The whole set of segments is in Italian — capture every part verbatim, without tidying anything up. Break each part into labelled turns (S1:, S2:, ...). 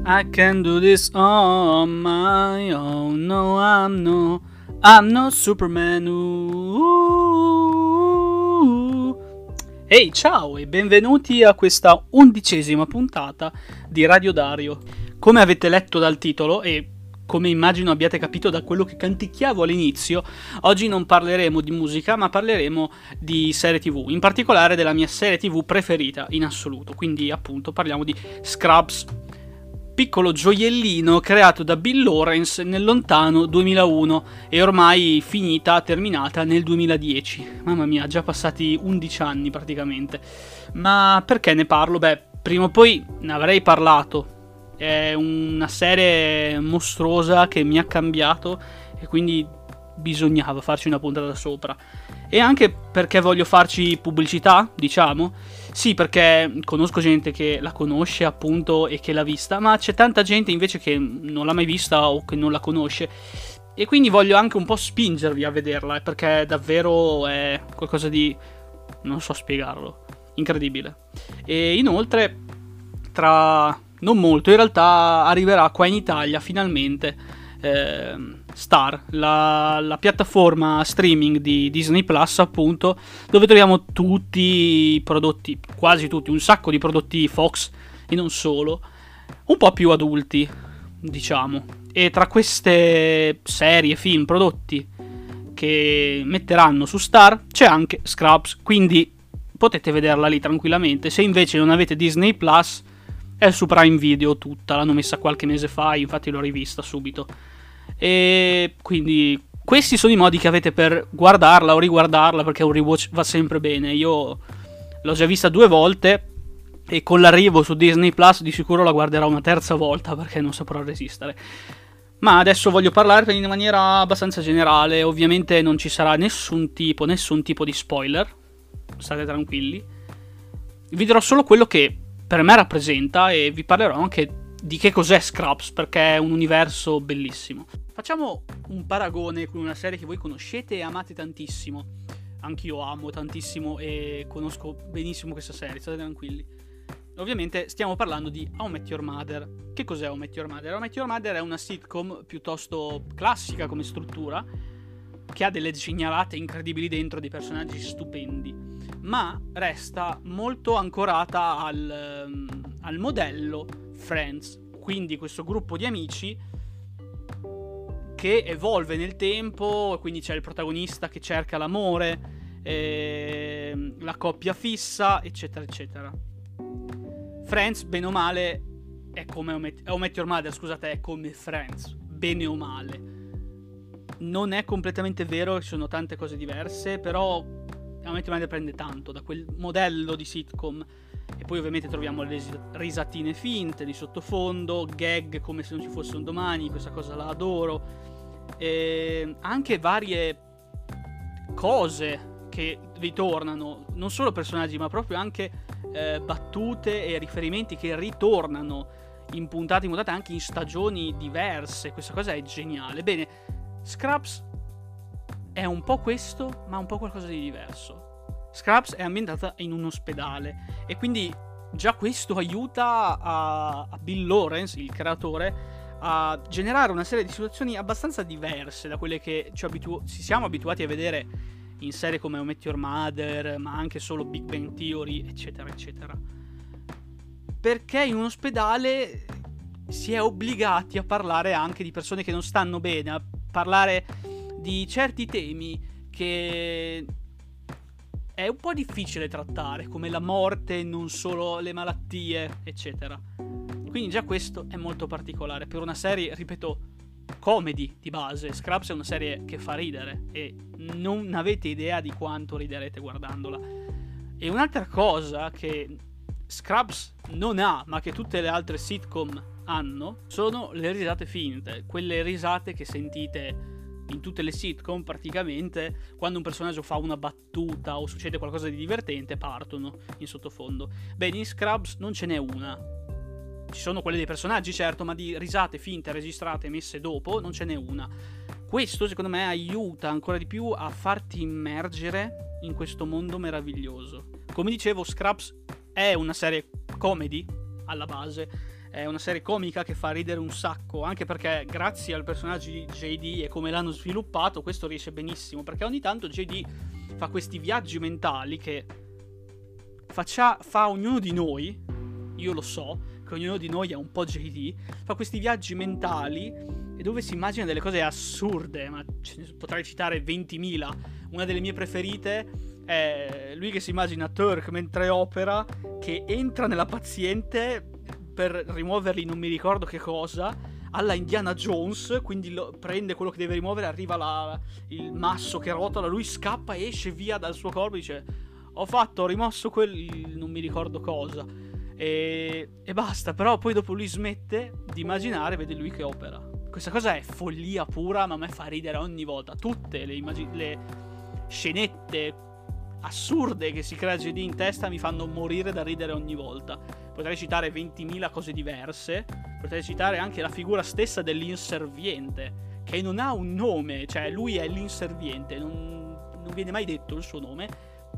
S1: I can do this on my own. No, I'm no, I'm no Superman. Ooh. Ehi, ciao e benvenuti a questa undicesima puntata di Radio Dario. Come avete letto dal titolo e come immagino abbiate capito da quello che canticchiavo all'inizio, oggi non parleremo di musica, ma parleremo di serie tivù, in particolare della mia serie tivù preferita in assoluto. Quindi appunto parliamo di Scrubs, piccolo gioiellino creato da Bill Lawrence nel lontano duemilauno e ormai finita, terminata nel duemiladieci. Mamma mia, già passati undici anni praticamente. Ma perché ne parlo? Beh, prima o poi ne avrei parlato. È una serie mostruosa che mi ha cambiato e quindi bisognava farci una puntata sopra. E anche perché voglio farci pubblicità, diciamo. Sì, perché conosco gente che la conosce appunto e che l'ha vista, ma c'è tanta gente invece che non l'ha mai vista o che non la conosce. E quindi voglio anche un po' spingervi a vederla, perché davvero è qualcosa di... non so spiegarlo. Incredibile. E inoltre, tra... non molto, in realtà arriverà qua in Italia finalmente eh, Star, la, la piattaforma streaming di Disney Plus, appunto, dove troviamo tutti i prodotti, quasi tutti, un sacco di prodotti Fox e non solo, un po' più adulti, diciamo. E tra queste serie, film, prodotti che metteranno su Star c'è anche Scrubs, quindi potete vederla lì tranquillamente. Se invece non avete Disney Plus, è su Prime Video tutta, l'hanno messa qualche mese fa, infatti l'ho rivista subito. E quindi questi sono i modi che avete per guardarla o riguardarla, perché un rewatch va sempre bene. Io l'ho già vista due volte e con l'arrivo su Disney Plus di sicuro la guarderò una terza volta, perché non saprò resistere. Ma adesso voglio parlare in maniera abbastanza generale. Ovviamente non ci sarà nessun tipo, nessun tipo di spoiler, state tranquilli. Vi dirò solo quello che per me rappresenta e vi parlerò anche di che cos'è Scrubs, perché è un universo bellissimo. Facciamo un paragone con una serie che voi conoscete e amate tantissimo. Anch'io amo tantissimo e conosco benissimo questa serie, state tranquilli. Ovviamente stiamo parlando di How I Met Your Mother. Che cos'è How I Met Your Mother? How I Met Your Mother è una sitcom piuttosto classica come struttura, che ha delle genialate incredibili dentro, dei personaggi stupendi, ma resta molto ancorata al, um, al modello Friends, quindi questo gruppo di amici che evolve nel tempo, quindi c'è il protagonista che cerca l'amore, eh, la coppia fissa, eccetera eccetera. Friends, bene o male, è come How I Met Your Mother, scusate, è come Friends, bene o male. Non è completamente vero, ci sono tante cose diverse, però How I Met Your Mother prende tanto da quel modello di sitcom. E poi ovviamente troviamo le risatine finte di sottofondo, gag come se non ci fosse un domani, questa cosa la adoro. E anche varie cose che ritornano, non solo personaggi ma proprio anche eh, battute e riferimenti che ritornano in puntate in puntate, anche in stagioni diverse. Questa cosa è geniale. Bene, Scrubs è un po' questo, ma un po' qualcosa di diverso. Scrubs è ambientata in un ospedale e quindi già questo aiuta a, a Bill Lawrence, il creatore, a generare una serie di situazioni abbastanza diverse da quelle che ci, abitu- ci siamo abituati a vedere in serie come How I Met Your Mother, ma anche solo Big Bang Theory, eccetera eccetera. Perché in un ospedale si è obbligati a parlare anche di persone che non stanno bene, a parlare di certi temi che è un po' difficile trattare, come la morte, non solo le malattie, eccetera. Quindi già questo è molto particolare per una serie, ripeto, comedy di base. Scrubs è una serie che fa ridere e non avete idea di quanto riderete guardandola. E un'altra cosa che Scrubs non ha, ma che tutte le altre sitcom hanno, sono le risate finte, quelle risate che sentite in tutte le sitcom praticamente. Quando un personaggio fa una battuta o succede qualcosa di divertente, partono in sottofondo. Bene, in Scrubs non ce n'è una. Ci sono quelle dei personaggi, certo, ma di risate finte registrate e messe dopo non ce n'è una. Questo secondo me aiuta ancora di più a farti immergere in questo mondo meraviglioso. Come dicevo, Scrubs è una serie comedy alla base, è una serie comica che fa ridere un sacco, anche perché grazie al personaggio di J D e come l'hanno sviluppato, questo riesce benissimo, perché ogni tanto J D fa questi viaggi mentali che faccia, fa ognuno di noi, io lo so, che ognuno di noi è un po' J D, fa questi viaggi mentali e dove si immagina delle cose assurde, ma ce ne potrei citare ventimila. Una delle mie preferite è lui che si immagina Turk mentre opera, che entra nella paziente per rimuovergli non mi ricordo che cosa, alla Indiana Jones, quindi lo, prende quello che deve rimuovere, arriva la, il masso che rotola, lui scappa, esce via dal suo corpo e dice ho fatto, ho rimosso quel non mi ricordo cosa, e, e basta. Però poi dopo lui smette di immaginare, vede lui che opera. Questa cosa è follia pura, ma a me fa ridere ogni volta. Tutte le, immag- le scenette assurde che si crea J D in testa mi fanno morire da ridere ogni volta. Potrei citare ventimila cose diverse, potrei citare anche la figura stessa dell'inserviente, che non ha un nome, cioè lui è l'inserviente, non, non viene mai detto il suo nome,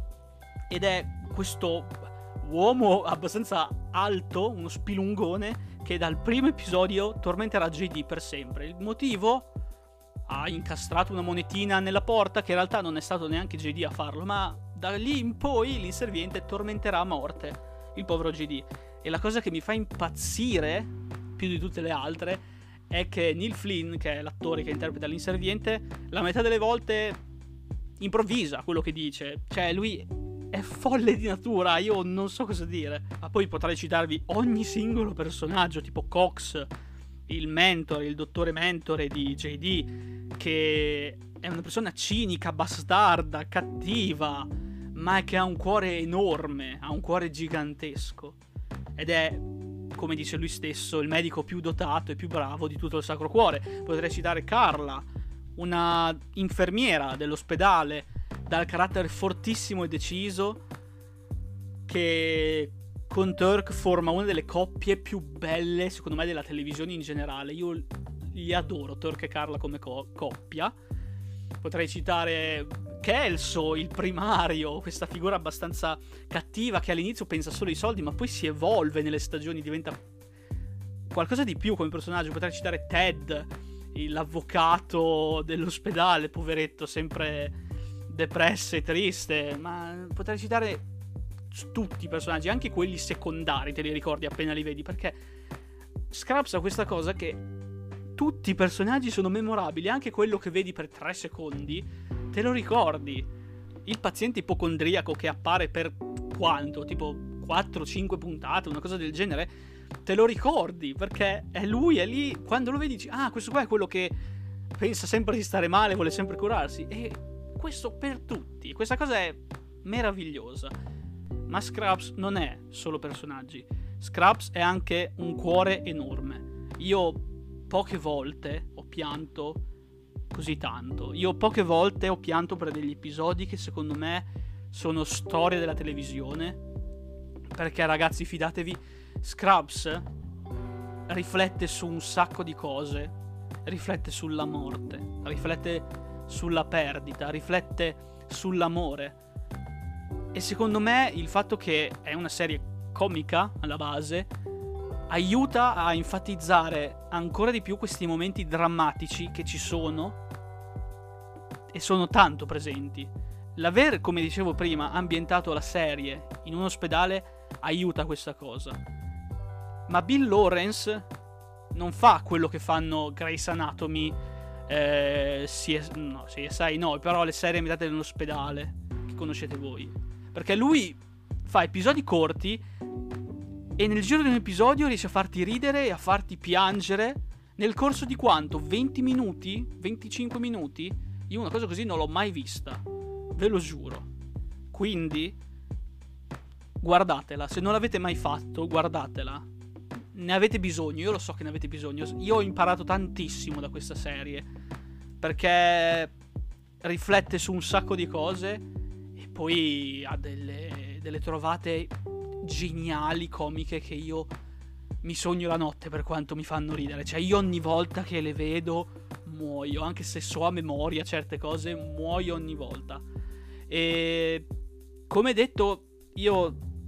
S1: ed è questo uomo abbastanza alto, uno spilungone, che dal primo episodio tormenterà J D per sempre. Il motivo? Ha incastrato una monetina nella porta, che in realtà non è stato neanche J D a farlo, ma da lì in poi l'inserviente tormenterà a morte il povero J D. E la cosa che mi fa impazzire più di tutte le altre è che Neil Flynn, che è l'attore che interpreta l'inserviente, la metà delle volte improvvisa quello che dice, cioè lui è folle di natura, io non so cosa dire. Ma poi potrei citarvi ogni singolo personaggio, tipo Cox, il mentore, il dottore mentore di J D, che è una persona cinica, bastarda, cattiva, ma che ha un cuore enorme, ha un cuore gigantesco, ed è, come dice lui stesso, il medico più dotato e più bravo di tutto il Sacro Cuore. Potrei citare Carla, una infermiera dell'ospedale dal carattere fortissimo e deciso, che con Turk forma una delle coppie più belle, secondo me, della televisione in generale. Io li adoro, Turk e Carla come co- coppia. Potrei citare Kelso, il primario, questa figura abbastanza cattiva che all'inizio pensa solo ai soldi, ma poi si evolve nelle stagioni, diventa qualcosa di più come personaggio. Potrei citare Ted, l'avvocato dell'ospedale, poveretto, sempre depresso e triste. Ma potrei citare tutti i personaggi, anche quelli secondari, te li ricordi appena li vedi, perché Scraps ha questa cosa che tutti i personaggi sono memorabili, anche quello che vedi per tre secondi te lo ricordi. Il paziente ipocondriaco che appare per quanto? Tipo quattro cinque puntate, una cosa del genere, te lo ricordi, perché è lui, è lì, quando lo vedi dici ah, questo qua è quello che pensa sempre di stare male, vuole sempre curarsi, e questo per tutti. Questa cosa è meravigliosa. Ma Scraps non è solo personaggi, Scraps è anche un cuore enorme. Io poche volte ho pianto così tanto. Io poche volte ho pianto per degli episodi che secondo me sono storie della televisione, perché ragazzi, fidatevi, Scraps riflette su un sacco di cose, riflette sulla morte, riflette sulla perdita, riflette sull'amore. E secondo me il fatto che è una serie comica alla base aiuta a enfatizzare ancora di più questi momenti drammatici che ci sono e sono tanto presenti. L'aver, come dicevo prima, ambientato la serie in un ospedale aiuta questa cosa. Ma Bill Lawrence non fa quello che fanno Grey's Anatomy, eh, C S, no, C S I no, però le serie ambientate nell'ospedale che conoscete voi. Perché lui fa episodi corti e nel giro di un episodio riesce a farti ridere e a farti piangere nel corso di quanto? venti minuti? venticinque minuti? Io una cosa così non l'ho mai vista, ve lo giuro. Quindi guardatela, se non l'avete mai fatto, guardatela. Ne avete bisogno, io lo so che ne avete bisogno. Io ho imparato tantissimo da questa serie, perché riflette su un sacco di cose e poi ha delle, delle trovate geniali, comiche, che io mi sogno la notte per quanto mi fanno ridere. Cioè io ogni volta che le vedo muoio, anche se so a memoria certe cose, muoio ogni volta. E come detto, io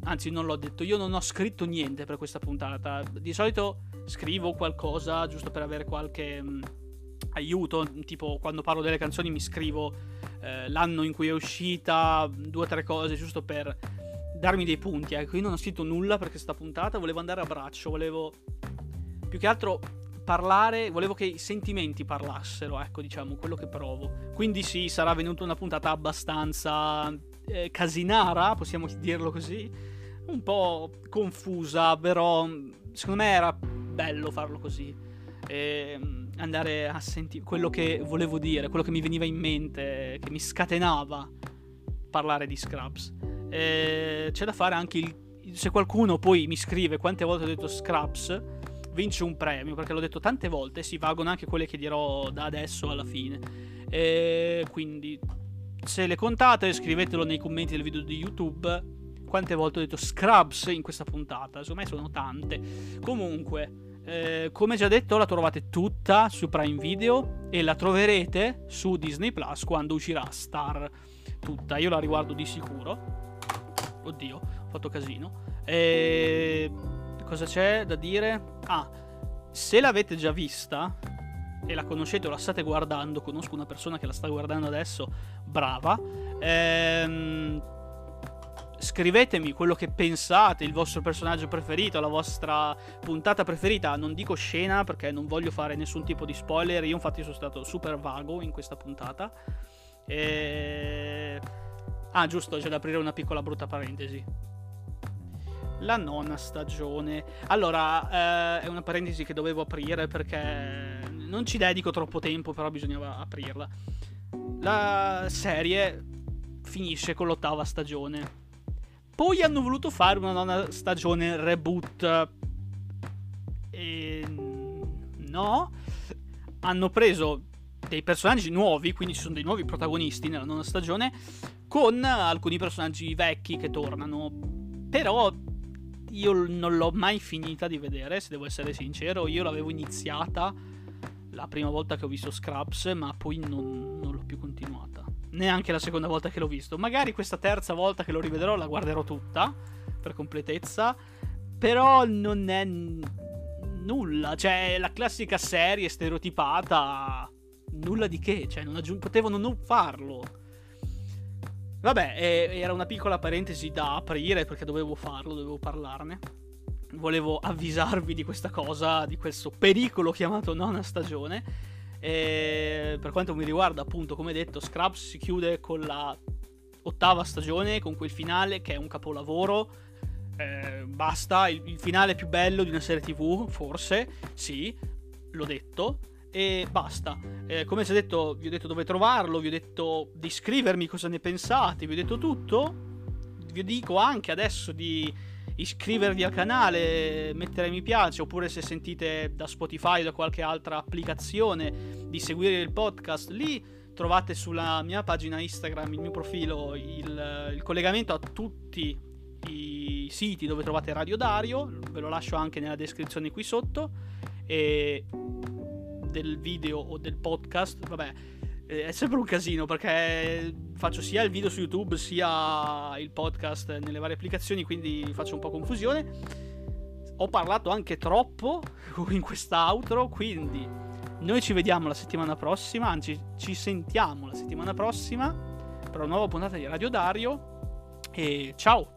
S1: anzi non l'ho detto, io non ho scritto niente per questa puntata. Di solito scrivo qualcosa giusto per avere qualche mh, aiuto, tipo quando parlo delle canzoni mi scrivo eh, l'anno in cui è uscita, due o tre cose giusto per darmi dei punti. Ecco, io non ho scritto nulla per questa puntata, volevo andare a braccio, volevo più che altro parlare, volevo che i sentimenti parlassero, ecco, diciamo, quello che provo. Quindi sì, sarà venuta una puntata abbastanza eh, casinara, possiamo dirlo così, un po' confusa, però secondo me era bello farlo così, e andare a sentire quello che volevo dire, quello che mi veniva in mente, che mi scatenava parlare di Scrubs. E c'è da fare anche il... se qualcuno poi mi scrive quante volte ho detto Scrubs, vince un premio, perché l'ho detto tante volte, si valgono anche quelle che dirò da adesso alla fine. E quindi se le contate scrivetelo nei commenti del video di YouTube quante volte ho detto Scrubs in questa puntata. Secondo me sono tante. Comunque eh, come già detto, la trovate tutta su Prime Video e la troverete su Disney Plus quando uscirà Star tutta. Io la riguardo di sicuro. Oddio, ho fatto casino. E cosa c'è da dire? Ah, se l'avete già vista e la conoscete o la state guardando, conosco una persona che la sta guardando adesso, brava, ehm, scrivetemi quello che pensate, il vostro personaggio preferito, la vostra puntata preferita. Non dico scena perché non voglio fare nessun tipo di spoiler, io infatti sono stato super vago in questa puntata. E... ah, giusto, c'è da aprire una piccola brutta parentesi. La nona stagione. Allora, eh, è una parentesi che dovevo aprire perché non ci dedico troppo tempo, però bisognava aprirla. La serie finisce con l'ottava stagione. Poi hanno voluto fare una nona stagione reboot. E... no. Hanno preso dei personaggi nuovi, quindi ci sono dei nuovi protagonisti nella nona stagione, con alcuni personaggi vecchi che tornano. Però io non l'ho mai finita di vedere, se devo essere sincero. Io l'avevo iniziata la prima volta che ho visto Scrubs, ma poi non, non l'ho più continuata. Neanche la seconda volta che l'ho visto. Magari questa terza volta che lo rivedrò la guarderò tutta, per completezza. Però non è n- nulla. Cioè, la classica serie stereotipata. Nulla di che, cioè non aggiung- potevano non farlo. Vabbè, eh, era una piccola parentesi da aprire perché dovevo farlo, dovevo parlarne. Volevo avvisarvi di questa cosa, di questo pericolo chiamato nona stagione. E per quanto mi riguarda, appunto, come detto, Scrubs si chiude con la ottava stagione, con quel finale che è un capolavoro. Eh, basta, il, il finale più bello di una serie tv, forse, sì, l'ho detto. E basta, eh, come si è detto, vi ho detto dove trovarlo, vi ho detto di scrivermi cosa ne pensate, vi ho detto tutto. Vi dico anche adesso di iscrivervi al canale, mettere mi piace, oppure se sentite da Spotify o da qualche altra applicazione di seguire il podcast. Lì trovate sulla mia pagina Instagram, il mio profilo, il, il collegamento a tutti i siti dove trovate Radio Dario. Ve lo lascio anche nella descrizione qui sotto. E del video o del podcast, vabbè, è sempre un casino perché faccio sia il video su YouTube sia il podcast nelle varie applicazioni, quindi faccio un po' confusione. Ho parlato anche troppo in questa outro, quindi noi ci vediamo la settimana prossima, anzi ci sentiamo la settimana prossima per una nuova puntata di Radio Dario e ciao!